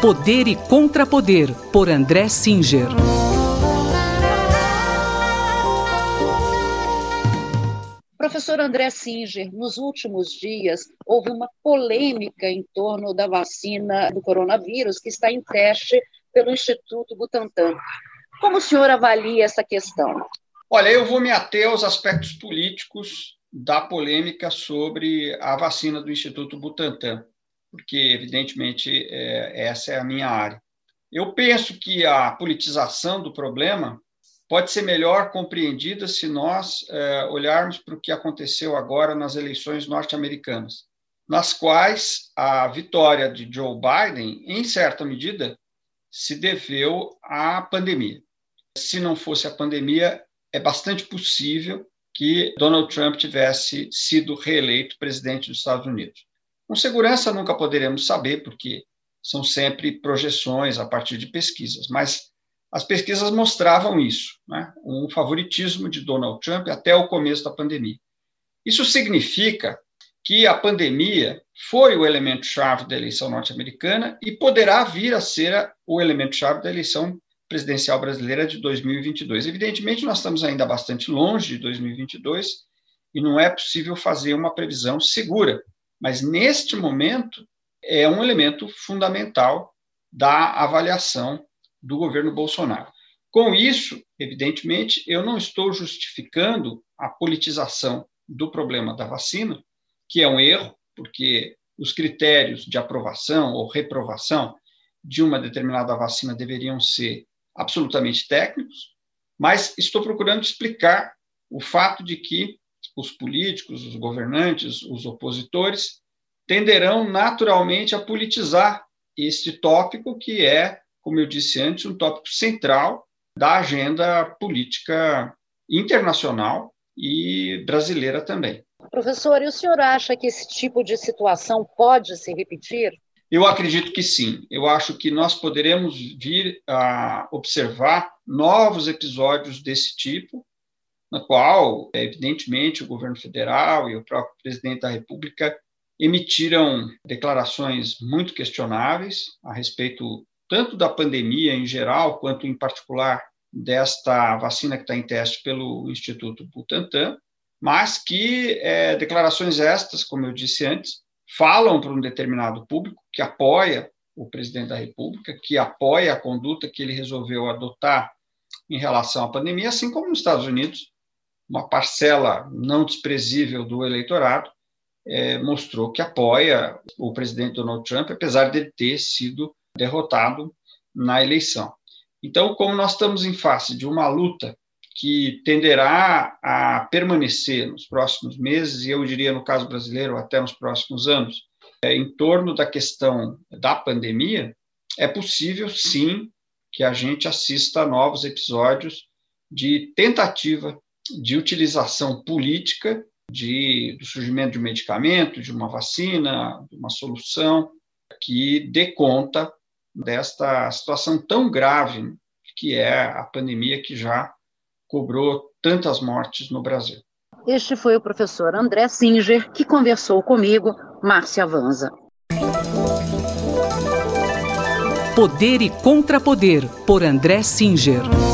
Poder e Contrapoder, por André Singer. Professor André Singer, nos últimos dias houve uma polêmica em torno da vacina do coronavírus que está em teste pelo Instituto Butantan. Como o senhor avalia essa questão? Olha, eu vou me ater aos aspectos políticos da polêmica sobre a vacina do Instituto Butantan, porque, evidentemente, essa é a minha área. Eu penso que a politização do problema pode ser melhor compreendida se nós olharmos para o que aconteceu agora nas eleições norte-americanas, nas quais a vitória de Joe Biden, em certa medida, se deveu à pandemia. Se não fosse a pandemia, é bastante possível que Donald Trump tivesse sido reeleito presidente dos Estados Unidos. Com segurança nunca poderemos saber, porque são sempre projeções a partir de pesquisas, mas as pesquisas mostravam isso, né? Um favoritismo de Donald Trump até o começo da pandemia. Isso significa que a pandemia foi o elemento-chave da eleição norte-americana e poderá vir a ser o elemento-chave da eleição presidencial brasileira de 2022. Evidentemente, nós estamos ainda bastante longe de 2022 e não é possível fazer uma previsão segura, mas neste momento é um elemento fundamental da avaliação do governo Bolsonaro. Com isso, evidentemente, eu não estou justificando a politização do problema da vacina, que é um erro, porque os critérios de aprovação ou reprovação de uma determinada vacina deveriam ser absolutamente técnicos, mas estou procurando explicar o fato de que os políticos, os governantes, os opositores tenderão naturalmente a politizar este tópico que é, como eu disse antes, um tópico central da agenda política internacional e brasileira também. Professor, e o senhor acha que esse tipo de situação pode se repetir? Eu acredito que sim. Eu acho que nós poderemos vir a observar novos episódios desse tipo, na qual, evidentemente, o governo federal e o próprio presidente da República emitiram declarações muito questionáveis a respeito tanto da pandemia em geral, quanto em particular desta vacina que está em teste pelo Instituto Butantan, mas que declarações estas, como eu disse antes, falam para um determinado público que apoia o presidente da República, que apoia a conduta que ele resolveu adotar em relação à pandemia, assim como nos Estados Unidos, uma parcela não desprezível do eleitorado mostrou que apoia o presidente Donald Trump, apesar de ele ter sido derrotado na eleição. Então, como nós estamos em face de uma luta que tenderá a permanecer nos próximos meses, e eu diria, no caso brasileiro, até nos próximos anos, em torno da questão da pandemia, é possível, sim, que a gente assista a novos episódios de tentativa de utilização política do surgimento de um medicamento, de uma vacina, de uma solução que dê conta desta situação tão grave que é a pandemia que já cobrou tantas mortes no Brasil. Este foi o professor André Singer, que conversou comigo, Márcia Vanza. Poder e Contrapoder, por André Singer.